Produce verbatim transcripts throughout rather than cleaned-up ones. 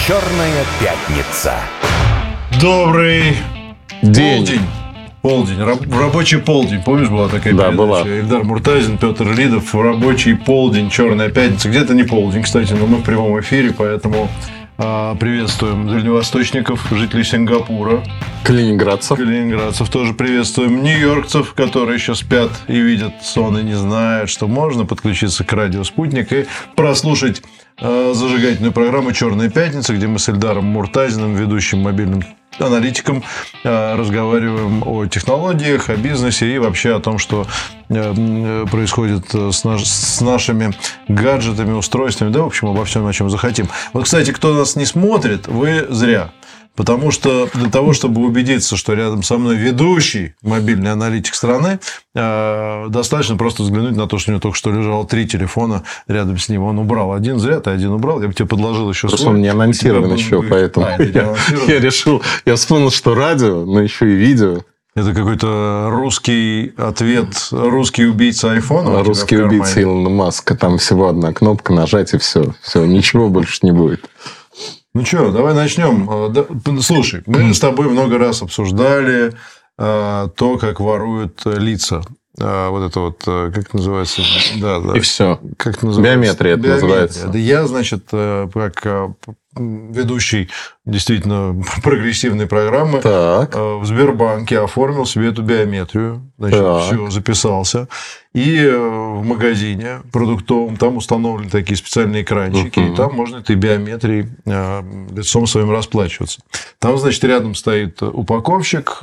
Черная пятница. Добрый День. полдень. Полдень. Раб- рабочий полдень. Помнишь, была такая Да, передача? была. Ильдар Муртазин, Петр Лидов. Рабочий полдень, черная пятница. Где-то не полдень, кстати, но мы в прямом эфире, поэтому а, приветствуем дальневосточников, жителей Сингапура. Калининградцев. Калининградцев тоже приветствуем. Нью-йоркцев, которые еще спят и видят сон и не знают, что можно подключиться к радио «Спутник» и прослушать э, зажигательную программу «Черная пятница», где мы с Ильдаром Муртазиным, ведущим мобильным аналитиком, э, разговариваем о технологиях, о бизнесе и вообще о том, что э, происходит с, наш, с нашими гаджетами, устройствами, да, в общем, обо всем, о чем захотим. Вот, кстати, кто нас не смотрит, вы зря. Потому что для того, чтобы убедиться, что рядом со мной ведущий мобильный аналитик страны, достаточно просто взглянуть на то, что у него только что лежало три телефона рядом с ним. Он убрал один, зря ты один убрал. Я бы тебе подложил еще Просто свой. он не анонсирован еще, поэтому А, я, я решил, я вспомнил, что радио, но еще и видео. Это какой-то русский ответ, русский убийца айфона. Русский убийца Илона Маска. Там всего одна кнопка, нажать и все. Все, ничего больше не будет. Ну что, давай начнем. Слушай, мы с тобой много раз обсуждали то, как воруют лица. Вот это вот, как это называется? Да, да. И все. Как это называется? Биометрия это Биометрия. называется. Да я, значит, как ведущий действительно прогрессивной программы Так. в Сбербанке оформил себе эту биометрию. Значит, Так. все, записался. И в магазине продуктовом там установлены такие специальные экранчики, uh-huh. и там можно этой биометрией лицом своим расплачиваться. Там, значит, рядом стоит упаковщик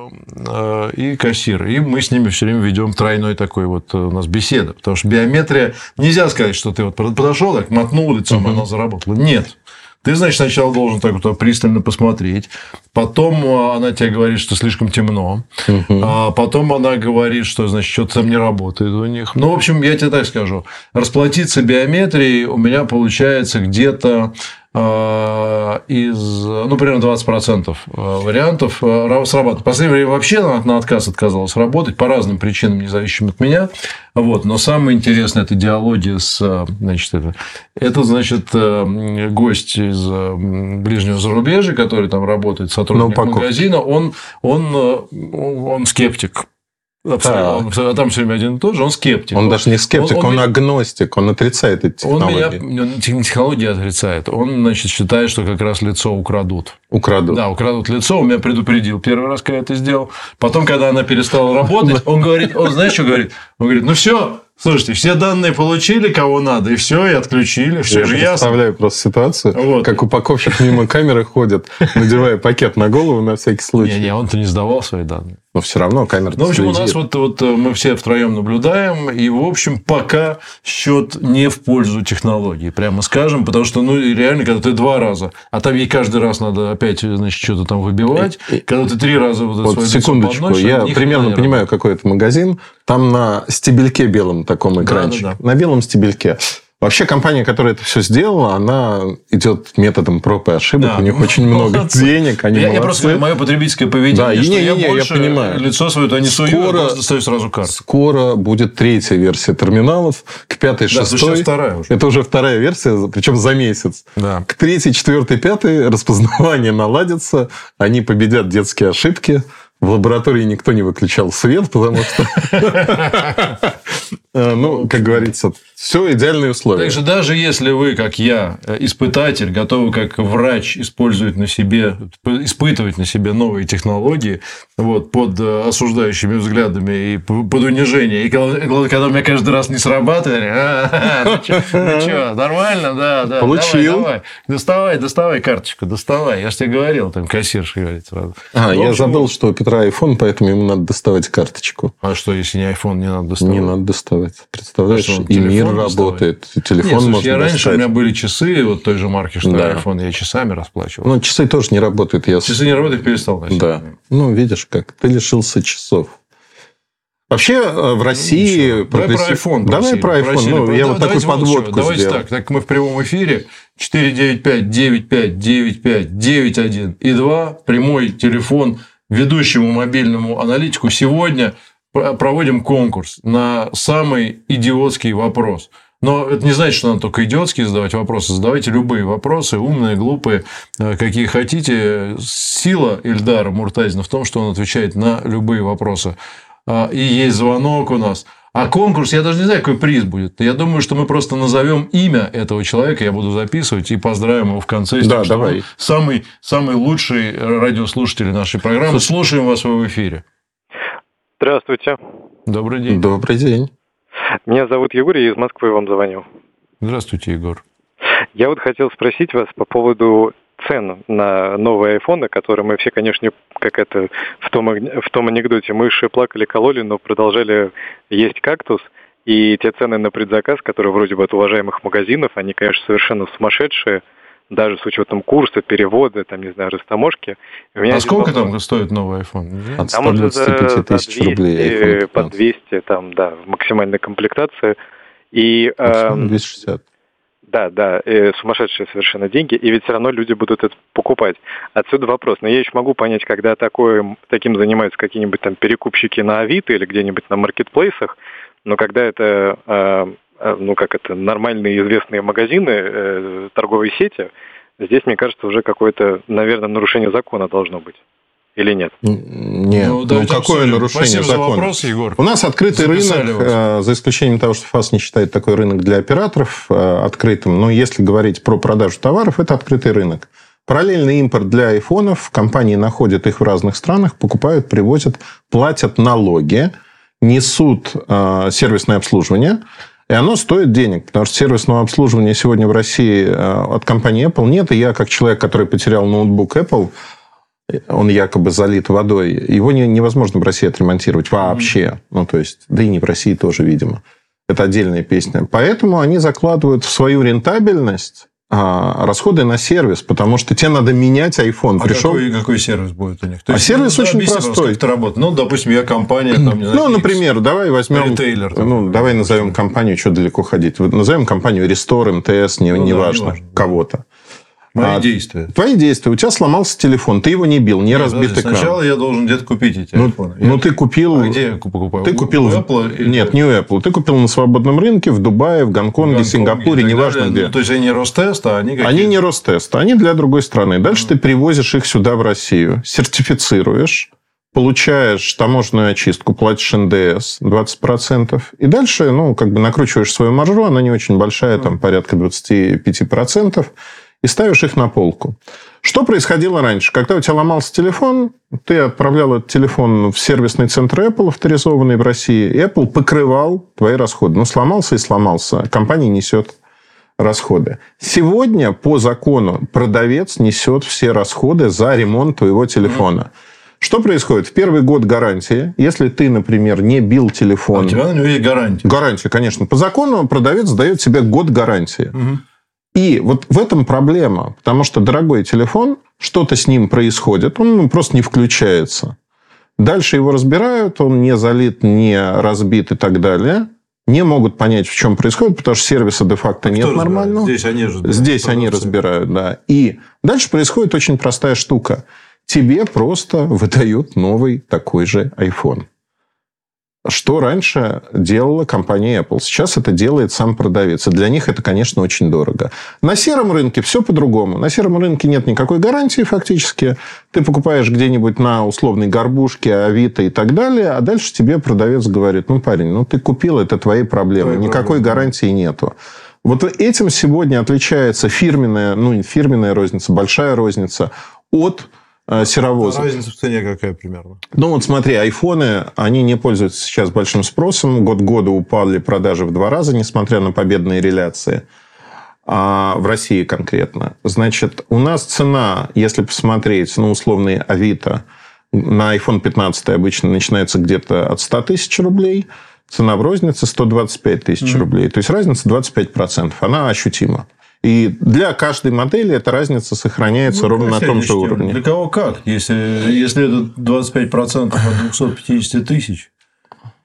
и кассир. И мы с ними все время ведем тройной такой вот у нас беседа. Потому что биометрия... Нельзя сказать, что ты вот подошел, так мотнул лицом, uh-huh. она заработала. Нет. Ты, значит, сначала должен так вот пристально посмотреть. Потом она тебе говорит, что слишком темно. Uh-huh. А потом она говорит, что, значит, что-то там не работает у них. Ну, в общем, я тебе так скажу. Расплатиться биометрией у меня получается где-то из, ну, примерно двадцать процентов вариантов срабатывает. В последнее время вообще на, на отказ отказалась работать по разным причинам, независимым от меня. Вот. Но самое интересное – это диалоги с... Значит, это, это, значит, гость из ближнего зарубежья, который там работает, сотрудник магазина. Он, он, он скептик. Абсолютно. Да. Он, там все время один и тот же, он скептик. Он, он даже не скептик, он, он, он агностик, он отрицает эти технологии. Он меня технологии отрицает. Он, значит, считает, что как раз лицо украдут. Украдут. Да, украдут лицо. Он меня предупредил первый раз, когда я это сделал. Потом, когда она перестала работать, он говорит, он знаешь, что говорит? Он говорит, ну все. Слушайте, все данные получили, кого надо, и все, и отключили. Все я же представляю ясно. просто ситуацию, вот. Как упаковщик мимо камеры ходит, надевая пакет на голову на всякий случай. Не-не, он-то не сдавал свои данные. Но все равно камера. Ну, в общем, у нас вот, вот мы все втроем наблюдаем, и, в общем, пока счет не в пользу технологий, прямо скажем, потому что, ну, реально, когда ты два раза, а там ей каждый раз надо опять, значит, что-то там выбивать, и, когда ты три раза вот, вот секундочку, подносишь, я примерно понимаю, какой это магазин, там на стебельке белом таком экранчике, да, да, да. на белом стебельке. Вообще, компания, которая это все сделала, она идет методом проб и ошибок. Да. У них очень много денег, они я, я просто говорю, мое потребительское поведение, да, что не, я не, больше я понимаю. лицо свое туда не сую, скоро, я достаю сразу карту. Скоро будет третья версия терминалов, к пятой, да, шестой. Это вторая уже. Это уже вторая версия, причем за месяц. Да. К третьей, четвертой, пятой распознавание наладится, они победят детские ошибки. В лаборатории никто не выключал свет, потому что, ну, как говорится, все идеальные условия. Так что даже если вы, как я, испытатель, готовы как врач использовать на себе, испытывать на себе новые технологии, вот, под осуждающими взглядами и под унижение, и когда у меня каждый раз не срабатывает, ну что, нормально, да, да. Получил. Давай, доставай, доставай карточку, доставай. Я же тебе говорил, там кассирша говорит сразу. А, я забыл, что у Петра айфон, поэтому ему надо доставать карточку. А что, если не айфон, не надо доставать? Не надо доставать. Представляешь, и мир работает. Телефон можно я раньше у меня были часы вот той же марки, что да. iPhone, я часами расплачивал. Ну, часы тоже не работают. Я... Часы не работают, перестал носить. Да. Ну, видишь, как ты лишился часов. Вообще, в России... Ну, давай про iPhone. Давай про iPhone. Ну, я вот такую подводку Давайте сделал. так, так мы в прямом эфире. четыре девять пять девять пять девять пять девять один и два. Прямой телефон ведущему мобильному аналитику. Сегодня проводим конкурс на самый идиотский вопрос. Но это не значит, что надо только идиотские задавать вопросы. Задавайте любые вопросы, умные, глупые, какие хотите. Сила Ильдара Муртазина в том, что он отвечает на любые вопросы. И есть звонок у нас. А конкурс, я даже не знаю, какой приз будет. Я думаю, что мы просто назовем имя этого человека, я буду записывать и поздравим его в конце. Да, давай. Самый, самый лучший радиослушатель нашей программы. Слушаем вас в эфире. Здравствуйте. Добрый день. Добрый день. Меня зовут Егор, я из Москвы вам звоню. Здравствуйте, Егор. Я вот хотел спросить вас по поводу цен на новые айфоны, которые мы все, конечно, как это в том, в том анекдоте, мыши плакали, кололи, но продолжали есть кактус. И те цены на предзаказ, которые вроде бы от уважаемых магазинов, они, конечно, совершенно сумасшедшие, даже с учетом курса, перевода, там, не знаю, растаможки. А сколько вопрос. Там стоит новый iPhone? От ста двадцати пяти тысяч рублей. По двести, там, да, в максимальной комплектации. И, двести шестьдесят. Да, да, сумасшедшие совершенно деньги, и ведь все равно люди будут это покупать. Отсюда вопрос. Но я еще могу понять, когда такое, таким занимаются какие-нибудь там перекупщики на Авито или где-нибудь на маркетплейсах, но когда это, ну как это, нормальные известные магазины, торговые сети, здесь, мне кажется, уже какое-то, наверное, нарушение закона должно быть. Или нет? Нет. Ну, ну какое нарушение закона? Вопрос, Егор. У нас открытый Записали рынок, вас. За исключением того, что ФАС не считает такой рынок для операторов открытым. Но если говорить про продажу товаров, это открытый рынок. Параллельный импорт для айфонов. Компании находят их в разных странах, покупают, привозят, платят налоги, несут сервисное обслуживание. И оно стоит денег, потому что сервисного обслуживания сегодня в России от компании Apple нет. И я, как человек, который потерял ноутбук Apple, он якобы залит водой, его невозможно в России отремонтировать вообще. Mm-hmm. Ну, то есть, да и не в России тоже, видимо. Это отдельная песня. Поэтому они закладывают в свою рентабельность а, расходы на сервис, потому что тебе надо менять iPhone. А Пришел... какой, какой сервис будет у них? То а есть, сервис ну, очень простой. Как это работает? Ну, допустим, я компания... Там, не знаю, ну, например, X, давай возьмем... Ритейлер. Там, ну, давай назовем компанию, что далеко ходить. Назовем компанию Restore, эм тэ эс, не, ну, неважно, да, не важно, кого-то. Мои а, действия. Твои действия. У тебя сломался телефон, ты его не бил, не Нет, разбит подожди, экран. Сначала я должен где-то купить эти ну, айфоны. Ну, я... ты купил... А где я покупаю? Ты купил... У Apple? Или... Нет, не у Apple. Ты купил на свободном рынке, в Дубае, в Гонконге, в Сингапуре, неважно где. Ну, то есть, они не Ростест, а они какие-то... Они не Ростест, они для другой страны. Дальше mm. ты привозишь их сюда, в Россию, сертифицируешь, получаешь таможенную очистку, платишь эн дэ эс двадцать процентов. И дальше, ну, как бы накручиваешь свою маржу, она не очень большая, mm. там порядка двадцать пять процентов. И ставишь их на полку. Что происходило раньше? Когда у тебя ломался телефон, ты отправлял этот телефон в сервисный центр Apple, авторизованный в России, и Apple покрывал твои расходы. Ну, сломался и сломался. Компания несет расходы. Сегодня по закону продавец несет все расходы за ремонт твоего телефона. Mm. Что происходит? В первый год гарантии, если ты, например, не бил телефон... А у тебя на него есть гарантия? Гарантия, конечно. По закону продавец дает тебе год гарантии. Mm. И вот в этом проблема, потому что дорогой телефон, что-то с ним происходит, он просто не включается. Дальше его разбирают, он не залит, не разбит и так далее. Не могут понять, в чем происходит, потому что сервиса де-факто а нет нормального. Здесь они же Здесь они разбирают, да. И дальше происходит очень простая штука. Тебе просто выдают новый такой же iPhone. Что раньше делала компания Apple. Сейчас это делает сам продавец. И для них это, конечно, очень дорого. На сером рынке все по-другому. На сером рынке нет никакой гарантии фактически. Ты покупаешь где-нибудь на условной горбушке, Авито и так далее. А дальше тебе продавец говорит, ну, парень, ну, ты купил, это твои проблемы. Твои Никакой проблемы. гарантии нету. Вот этим сегодня отличается фирменная, ну, фирменная розница, большая розница от... серовоза. А разница в цене какая примерно? Ну, вот смотри, айфоны, они не пользуются сейчас большим спросом. Год к году упали продажи в два раза, несмотря на победные реляции. А в России конкретно. Значит, у нас цена, если посмотреть, ну, условный Авито, на айфон пятнадцать обычно начинается где-то от сто тысяч рублей. Цена в рознице сто двадцать пять тысяч mm-hmm. рублей. То есть, разница двадцать пять процентов. Она ощутима. И для каждой модели эта разница сохраняется ну, ровно на том же уровне. Для кого как? Если, если это двадцать пять процентов от двухсот пятидесяти тысяч.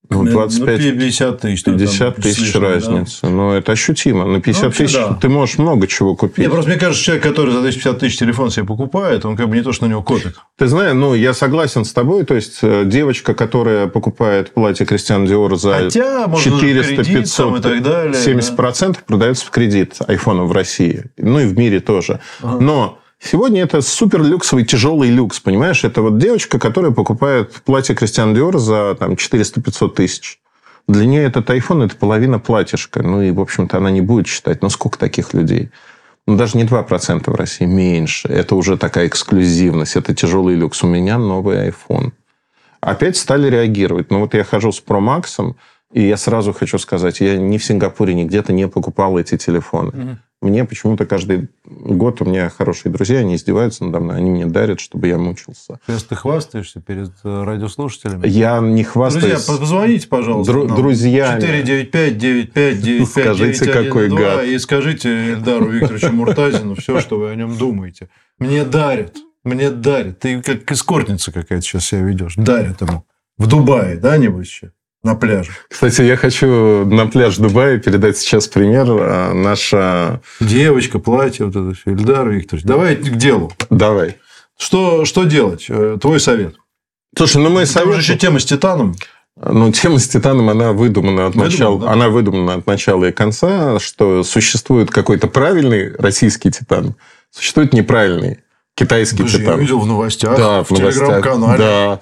Ну, двадцать пять, ну, пятьдесят тысяч. пятьдесят тысяч разница. Да? Но это ощутимо. На пятьдесят тысяч да. ты можешь много чего купить. Нет, просто мне кажется, человек, который за двести пятьдесят тысяч телефон себе покупает, он как бы не то, что на него копит. Ты знаешь, ну, я согласен с тобой. То есть, девочка, которая покупает платье Кристиан Диор за Хотя, четыреста пятьсот, и так далее, семьдесят процентов да. продается в кредит айфона в России. Ну, и в мире тоже. Ага. Но... Сегодня это супер люксовый, тяжелый люкс, понимаешь? Это вот девочка, которая покупает платье Кристиан Диор за там, четыреста-пятьсот тысяч. Для нее этот iPhone – это половина платьишка. Ну, и, в общем-то, она не будет считать. Ну, сколько таких людей? Ну, даже не два процента в России, меньше. Это уже такая эксклюзивность. Это тяжелый люкс. У меня новый iPhone. Опять стали реагировать. Ну, вот я хожу с Pro Max, и я сразу хочу сказать, я ни в Сингапуре, ни где-то не покупал эти телефоны. Угу. Мне почему-то каждый год у меня хорошие друзья, они издеваются надо мной, они мне дарят, чтобы я мучился. То есть ты хвастаешься перед радиослушателями? Я не хвастаюсь. Друзья, позвоните, пожалуйста. Дру- друзья. четыре девять пять девять пять девять пять Скажите, какой гад. И скажите Эльдару Викторовичу Муртазину все, что вы о нем думаете. Мне дарят. Мне дарят. Ты как эскортница какая-то сейчас себя ведешь. Дарят ему. В Дубае, да, небось еще? На пляже. Кстати, я хочу на пляж Дубая передать сейчас пример. Наша... Девочка, платье, вот это все. Эльдар Викторович, давай к делу. Давай. Что, что делать? Твой совет. Слушай, ну мой совет... Там же еще тема с титаном. Ну, тема с титаном, она выдумана от начала, да? Она выдумана от начала и конца, что существует какой-то правильный российский титан, существует неправильный китайский Подожди, титан. Я видел в новостях, да, в, в телеграм-канале. Да.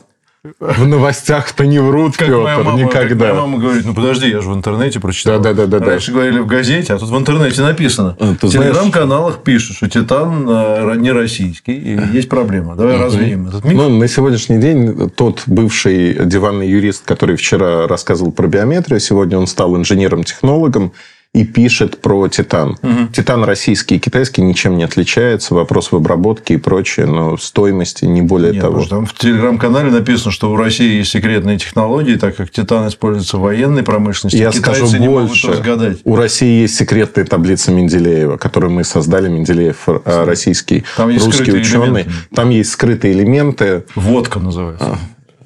В новостях-то не врут, как Петр, моя мама, никогда. Как моя мама говорит, ну, подожди, я же в интернете прочитал. Да, да, да, да, Раньше да. говорили в газете, а тут в интернете написано. Ты в телеграм-каналах пишут, что титан не российский, и есть проблема. Давай развеем этот миф. Ну, на сегодняшний день тот бывший диванный юрист, который вчера рассказывал про биометрию, сегодня он стал инженером-технологом и пишет про титан. Угу. Титан российский и китайский ничем не отличается. Вопрос в обработке и прочее, но стоимости не более Нет, того. Там в телеграм-канале написано, что в России есть секретные технологии, так как титан используется в военной промышленности. Я скажу не больше. У России есть секретная таблица Менделеева, которую мы создали. Менделеев российский, там есть русский ученый. Элементы. Там есть скрытые элементы. Водка называется.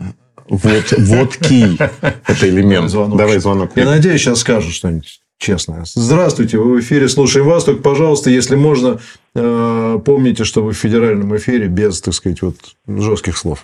Вот, водки. Это элемент. Давай звонок. Я надеюсь, сейчас скажут что-нибудь. Честно. Здравствуйте, вы в эфире, слушаем вас. Только, пожалуйста, если можно, помните, что вы в федеральном эфире без, так сказать, вот жестких слов.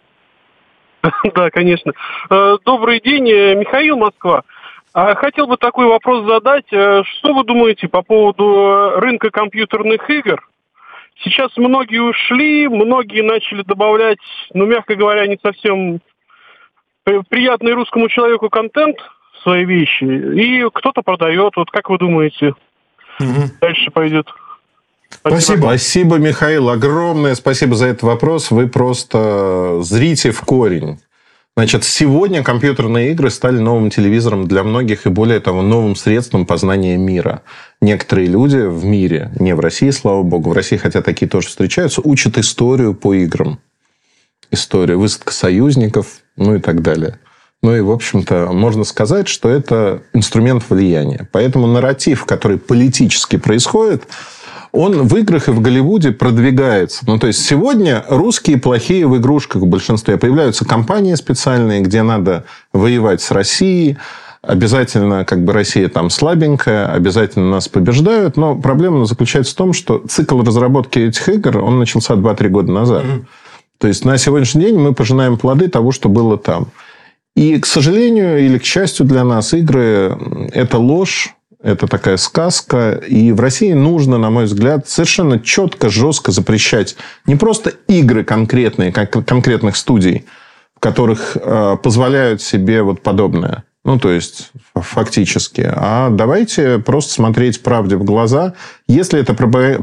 Да, конечно. Добрый день, Михаил, Москва. Хотел бы такой вопрос задать. Что вы думаете по поводу рынка компьютерных игр? Сейчас многие ушли, многие начали добавлять, ну, мягко говоря, не совсем приятный русскому человеку контент, свои вещи, и кто-то продает. Вот как вы думаете, угу. дальше пойдет? Спасибо. Спасибо, Михаил. Огромное спасибо за этот вопрос. Вы просто зрите в корень. Значит, сегодня компьютерные игры стали новым телевизором для многих и, более того, новым средством познания мира. Некоторые люди в мире, не в России, слава богу, в России, хотя такие тоже встречаются, учат историю по играм. Историю, высадка союзников, ну и так далее. Ну и, в общем-то, можно сказать, что это инструмент влияния. Поэтому нарратив, который политически происходит, он в играх и в Голливуде продвигается. Ну, то есть, сегодня русские плохие в игрушках в большинстве. Появляются компании специальные, где надо воевать с Россией. Обязательно, как бы, Россия там слабенькая, обязательно нас побеждают. Но проблема заключается в том, что цикл разработки этих игр, он начался два-три года назад. Mm-hmm. То есть, на сегодняшний день мы пожинаем плоды того, что было там. И, к сожалению, или к счастью для нас, игры – это ложь, это такая сказка. И в России нужно, на мой взгляд, совершенно четко, жестко запрещать не просто игры конкретные, как конкретных студий, в которых э, позволяют себе вот подобное. Ну, то есть, фактически. А давайте просто смотреть правде в глаза. Если это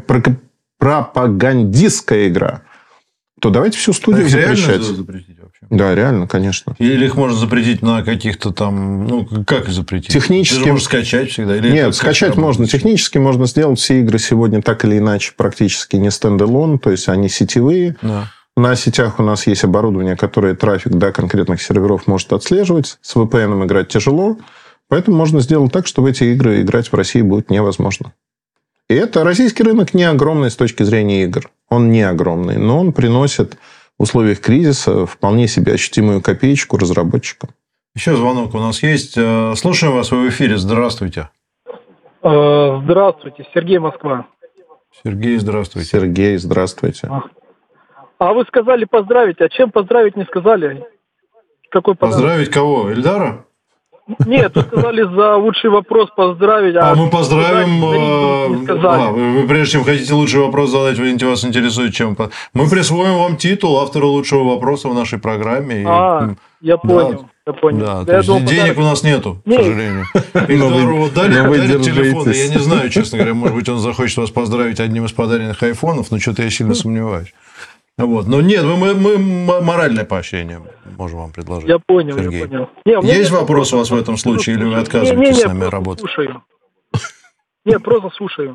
пропагандистская игра, то давайте всю студию запрещать. Запретить вообще? Да, реально, конечно. Или их можно запретить на каких-то там... Ну, как их запретить? Технически... Ты же можешь скачать всегда. Или Нет, скачать можно. Технически можно сделать. Все игры сегодня так или иначе практически не стендалон. То есть, они сетевые. Да. На сетях у нас есть оборудование, которое трафик до конкретных серверов может отслеживать. С ви пи эн играть тяжело. Поэтому можно сделать так, что в эти игры играть в России будет невозможно. И это российский рынок не огромный с точки зрения игр. Он не огромный, но он приносит в условиях кризиса вполне себе ощутимую копеечку разработчикам. Еще звонок у нас есть. Слушаем вас, вы в эфире. Здравствуйте. Здравствуйте, Сергей, Москва. Сергей, здравствуйте. Сергей, здравствуйте. А вы сказали поздравить, а чем поздравить не сказали? Какой подарок? Поздравить кого? Эльдара? Нет, вы сказали за лучший вопрос поздравить. А, а мы поздравим... А, вы, вы прежде чем хотите лучший вопрос задать, вы, вас интересует чем? Мы присвоим вам титул автора лучшего вопроса в нашей программе. А, и... я понял. Да. Я понял. Да, то есть думал, денег подарок... у нас нету, Нет. к сожалению. Эльдару вот дали, дали телефон. Я не знаю, честно говоря, может быть, он захочет вас поздравить одним из подаренных айфонов, но что-то я сильно сомневаюсь. Вот. Но нет, мы, мы, мы моральное поощрение можем вам предложить. Я понял, Сергей. я понял. Не, есть вопрос у вас в этом случае, или вы отказываетесь не, не, с нами работать? Слушаю. Нет, просто слушаю.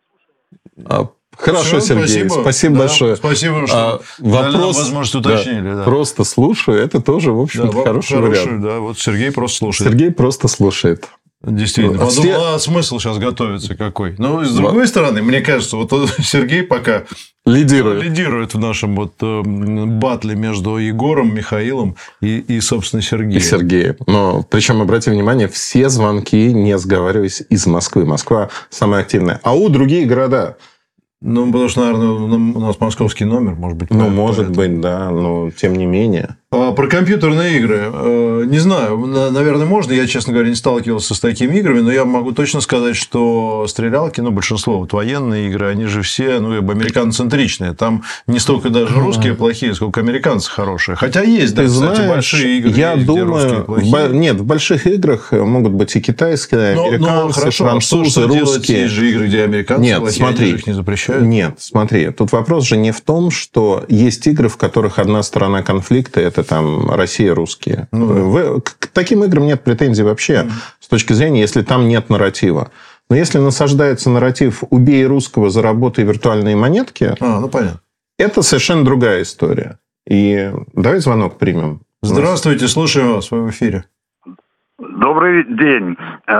А, хорошо, Все, Сергей, спасибо, спасибо да, большое. Спасибо, что а, вопрос, возможность уточнили. Да, да. Просто слушаю, это тоже, в общем-то, да, хороший, хороший вариант. Да, вот Сергей просто слушает. Сергей просто слушает. Действительно. Ну, Подумал, все... а смысл сейчас готовится какой? Но с другой вот. стороны, мне кажется, вот Сергей пока лидирует, лидирует в нашем вот э, батле между Егором, Михаилом и, и собственно, Сергеем. И Сергеем. Но причем, обратите внимание, все звонки, не сговариваясь, из Москвы. Москва самая активная. А у другие города... Ну, потому что, наверное, у нас московский номер, может быть. Ну, может быть, да, но тем не менее. А, про компьютерные игры. Не знаю, наверное, можно. Я, честно говоря, не сталкивался с такими играми, но я могу точно сказать, что стрелялки, ну, большинство вот военные игры, они же все, ну, американоцентричные. Там не столько даже русские плохие, сколько американцы хорошие. Хотя есть, да, Ты кстати, знаешь, большие игры, я есть, думаю, в... нет, в больших играх могут быть и китайские, и американцы, но, хорошо, французы, что русские. Есть же игры, где американцы нет, плохие, смотри, они же их не запрещают. Нет, смотри, тут вопрос же не в том, что есть игры, в которых одна сторона конфликта – это там Россия, русские. Ну, в... К таким играм нет претензий вообще, mm. с точки зрения, если там нет нарратива. Но если насаждается нарратив «убей русского, заработай виртуальные монетки», а, ну, понятно. Это совершенно другая история. И давай звонок примем. Здравствуйте, слушаем вас, вы в эфире. Добрый день.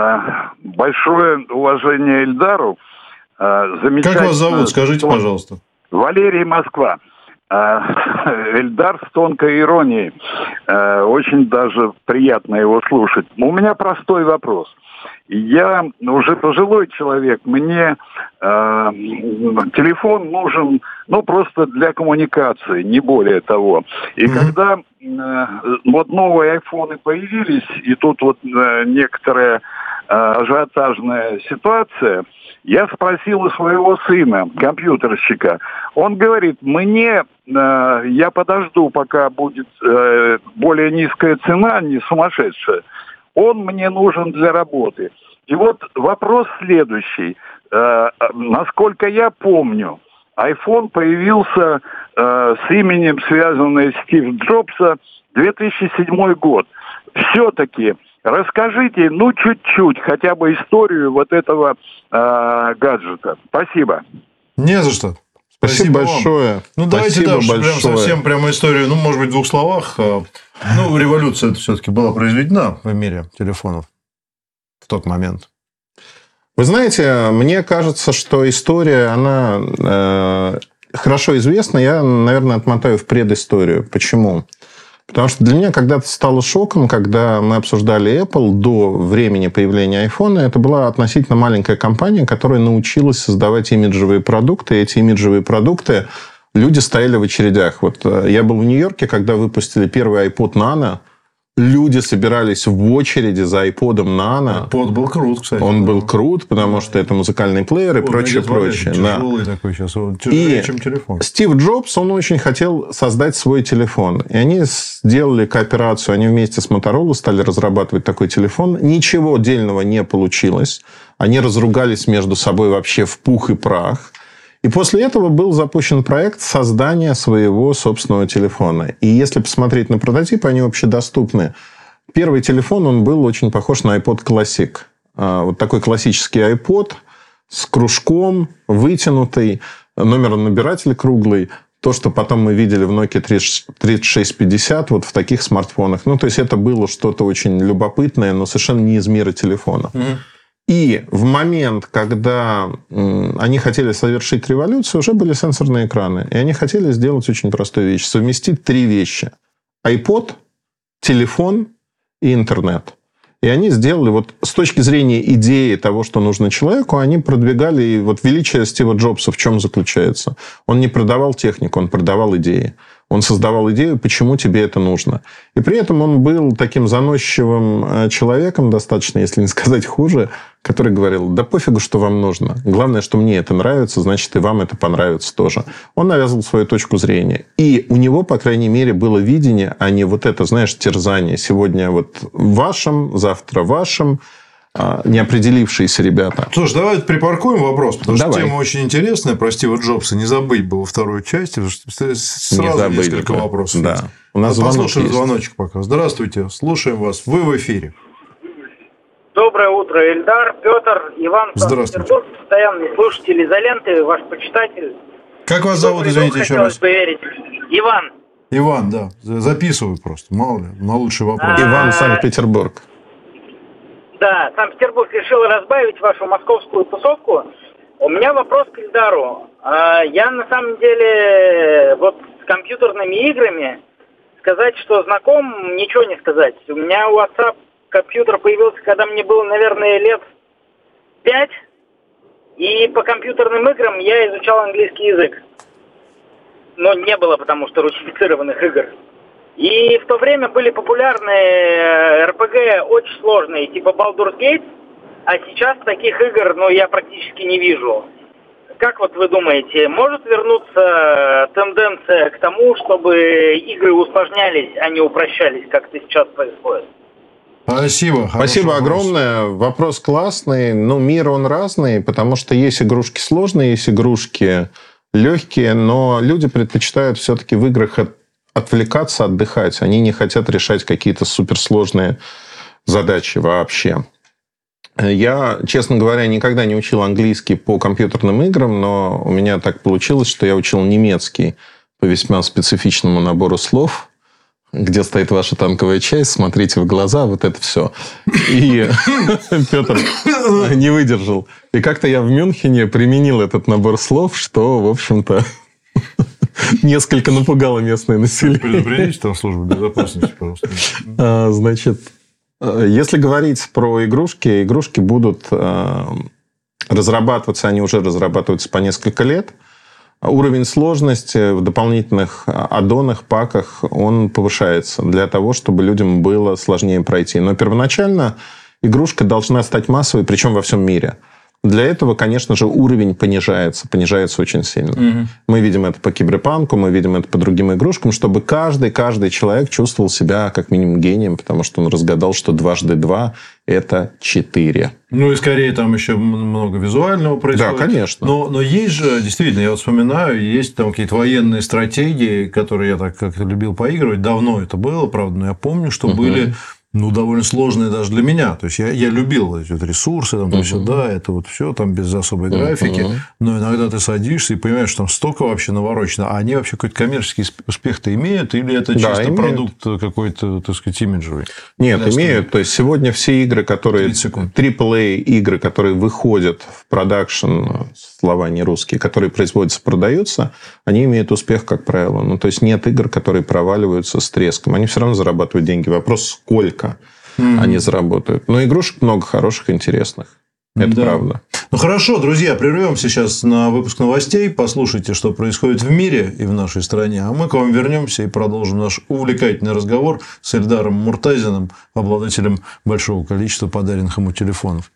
Большое уважение Эльдару. Как вас зовут, скажите, пожалуйста. Валерий, Москва. Эльдар с тонкой иронией. Очень даже приятно его слушать. У меня простой вопрос. Я уже пожилой человек, мне э, телефон нужен, ну, просто для коммуникации, не более того. И mm-hmm. когда э, вот новые айфоны появились, и тут вот э, некоторая э, ажиотажная ситуация, я спросил у своего сына, компьютерщика, он говорит, мне, э, я подожду, пока будет э, более низкая цена, не сумасшедшая, он мне нужен для работы. И вот вопрос следующий. Э, насколько я помню, iPhone появился э, с именем, связанным с Стив Джобса, две тысячи седьмой год. Все-таки расскажите, ну, чуть-чуть, хотя бы историю вот этого э, гаджета. Спасибо. Не за что. Спасибо, Спасибо большое. Вам. Ну, давайте Спасибо дальше, большое. Прям совсем прямо историю, ну, может быть, в двух словах. Ну, революция это все-таки была произведена в мире телефонов в тот момент. Вы знаете, мне кажется, что история, она э, хорошо известна. Я, наверное, отмотаю в предысторию. Почему? Потому что для меня когда-то стало шоком, когда мы обсуждали Apple до времени появления iPhone. Это была относительно маленькая компания, которая научилась создавать имиджевые продукты. И эти имиджевые продукты люди стояли в очередях. Вот я был в Нью-Йорке, когда выпустили первый iPod Nano. Люди собирались в очереди за iPod Nano. iPod был крут, кстати. Он был крут, потому что это музыкальный плеер и О, прочее, прочее. Тяжелый да. такой сейчас, он тяжелее, и чем телефон. Стив Джобс, он очень хотел создать свой телефон. И они сделали кооперацию. Они вместе с Motorola стали разрабатывать такой телефон. Ничего дельного не получилось. Они разругались между собой вообще в пух и прах. И после этого был запущен проект создания своего собственного телефона. И если посмотреть на прототипы, они общедоступны. Первый телефон, он был очень похож на iPod Classic. Вот такой классический iPod с кружком, вытянутый, номеронабиратель круглый. То, что потом мы видели в Nokia тридцать шесть пятьдесят, вот в таких смартфонах. Ну, то есть, это было что-то очень любопытное, но совершенно не из мира телефона. Mm-hmm. И в момент, когда они хотели совершить революцию, уже были сенсорные экраны. И они хотели сделать очень простую вещь. Совместить три вещи. iPod, телефон и интернет. И они сделали, вот с точки зрения идеи того, что нужно человеку, они продвигали, и вот величие Стива Джобса в чем заключается? Он не продавал технику, он продавал идеи. Он создавал идею, почему тебе это нужно. И при этом он был таким заносчивым человеком, достаточно, если не сказать хуже, который говорил, да пофигу, что вам нужно. Главное, что мне это нравится, значит, и вам это понравится тоже. Он навязывал свою точку зрения. И у него, по крайней мере, было видение, а не вот это, знаешь, терзание. Сегодня вот вашим, завтра вашим. Не определившиеся ребята. Слушай, давай припаркуем вопрос, потому давай. что тема очень интересная про Стива Джобса. Не забыть бы во второй части, потому что сразу забыть, несколько да. вопросов. Да. У нас вот послушаем есть. звоночек пока. Здравствуйте, слушаем вас. Вы в эфире. Доброе утро, Эльдар, Петр, Иван, Санкт-Петербург, постоянный слушатель изоленты, ваш почитатель. Как вас зовут, извините, еще раз? Бы верить. Иван. Иван, да. Записываю просто, мало ли, на лучший вопрос. Иван, Санкт-Петербург. Да, Санкт-Петербург решил разбавить вашу московскую тусовку. У меня вопрос к Эльдару. Я на самом деле вот с компьютерными играми сказать, что знаком, ничего не сказать. У меня у отца компьютер появился, когда мне было, наверное, лет пять. И по компьютерным играм я изучал английский язык. Но не было, потому что русифицированных игр. И в то время были популярные эр пи джи очень сложные, типа Baldur's Gate, а сейчас таких игр, ну, я практически не вижу. Как вот вы думаете, может вернуться тенденция к тому, чтобы игры усложнялись, а не упрощались, как это сейчас происходит? Спасибо. Спасибо вопрос. огромное. Вопрос классный. Ну, мир, он разный, потому что есть игрушки сложные, есть игрушки легкие, но люди предпочитают все-таки в играх отвлекаться, отдыхать. Они не хотят решать какие-то суперсложные задачи вообще. Я, честно говоря, никогда не учил английский по компьютерным играм, но у меня так получилось, что я учил немецкий по весьма специфичному набору слов. Где стоит ваша танковая часть, смотрите в глаза, вот это все. И Петр не выдержал. И как-то я в Мюнхене применил этот набор слов, что, в общем-то, несколько напугало местное население. Предупредите там службу безопасности, пожалуйста. А, значит, если говорить про игрушки, игрушки будут разрабатываться, они уже разрабатываются по несколько лет. Уровень сложности в дополнительных аддонах, паках, он повышается для того, чтобы людям было сложнее пройти. Но первоначально игрушка должна стать массовой, причем во всем мире. Для этого, конечно же, уровень понижается. Понижается очень сильно. Угу. Мы видим это по киберпанку, мы видим это по другим игрушкам, чтобы каждый, каждый человек чувствовал себя как минимум гением, потому что он разгадал, что дважды два – это четыре. Ну, и скорее там еще много визуального происходит. Да, конечно. Но, но есть же, действительно, я вот вспоминаю, есть там какие-то военные стратегии, которые я так как-то любил поигрывать. Давно это было, правда, но я помню, что угу. были... Ну, довольно сложные даже для меня. То есть, я, я любил эти вот ресурсы, там, uh-huh. сюда, это вот все там без особой графики. Uh-huh. Но иногда ты садишься и понимаешь, что там столько вообще наворочено. А они вообще какой-то коммерческий успех-то имеют? Или это чисто да, продукт какой-то, так сказать, имиджевый? Нет, для имеют. Остальных? То есть, сегодня все игры, которые... трипл эй игры, которые выходят в продакшн, слова не русские, которые производятся, продаются, они имеют успех, как правило. Ну, то есть, нет игр, которые проваливаются с треском. Они все равно зарабатывают деньги. Вопрос, сколько Mm-hmm. они заработают. Но игрушек много хороших, интересных. Это да. правда. Ну, хорошо, друзья, прервемся сейчас на выпуск новостей. Послушайте, что происходит в мире и в нашей стране. А мы к вам вернемся и продолжим наш увлекательный разговор с Эльдаром Муртазиным, обладателем большого количества подаренных ему телефонов.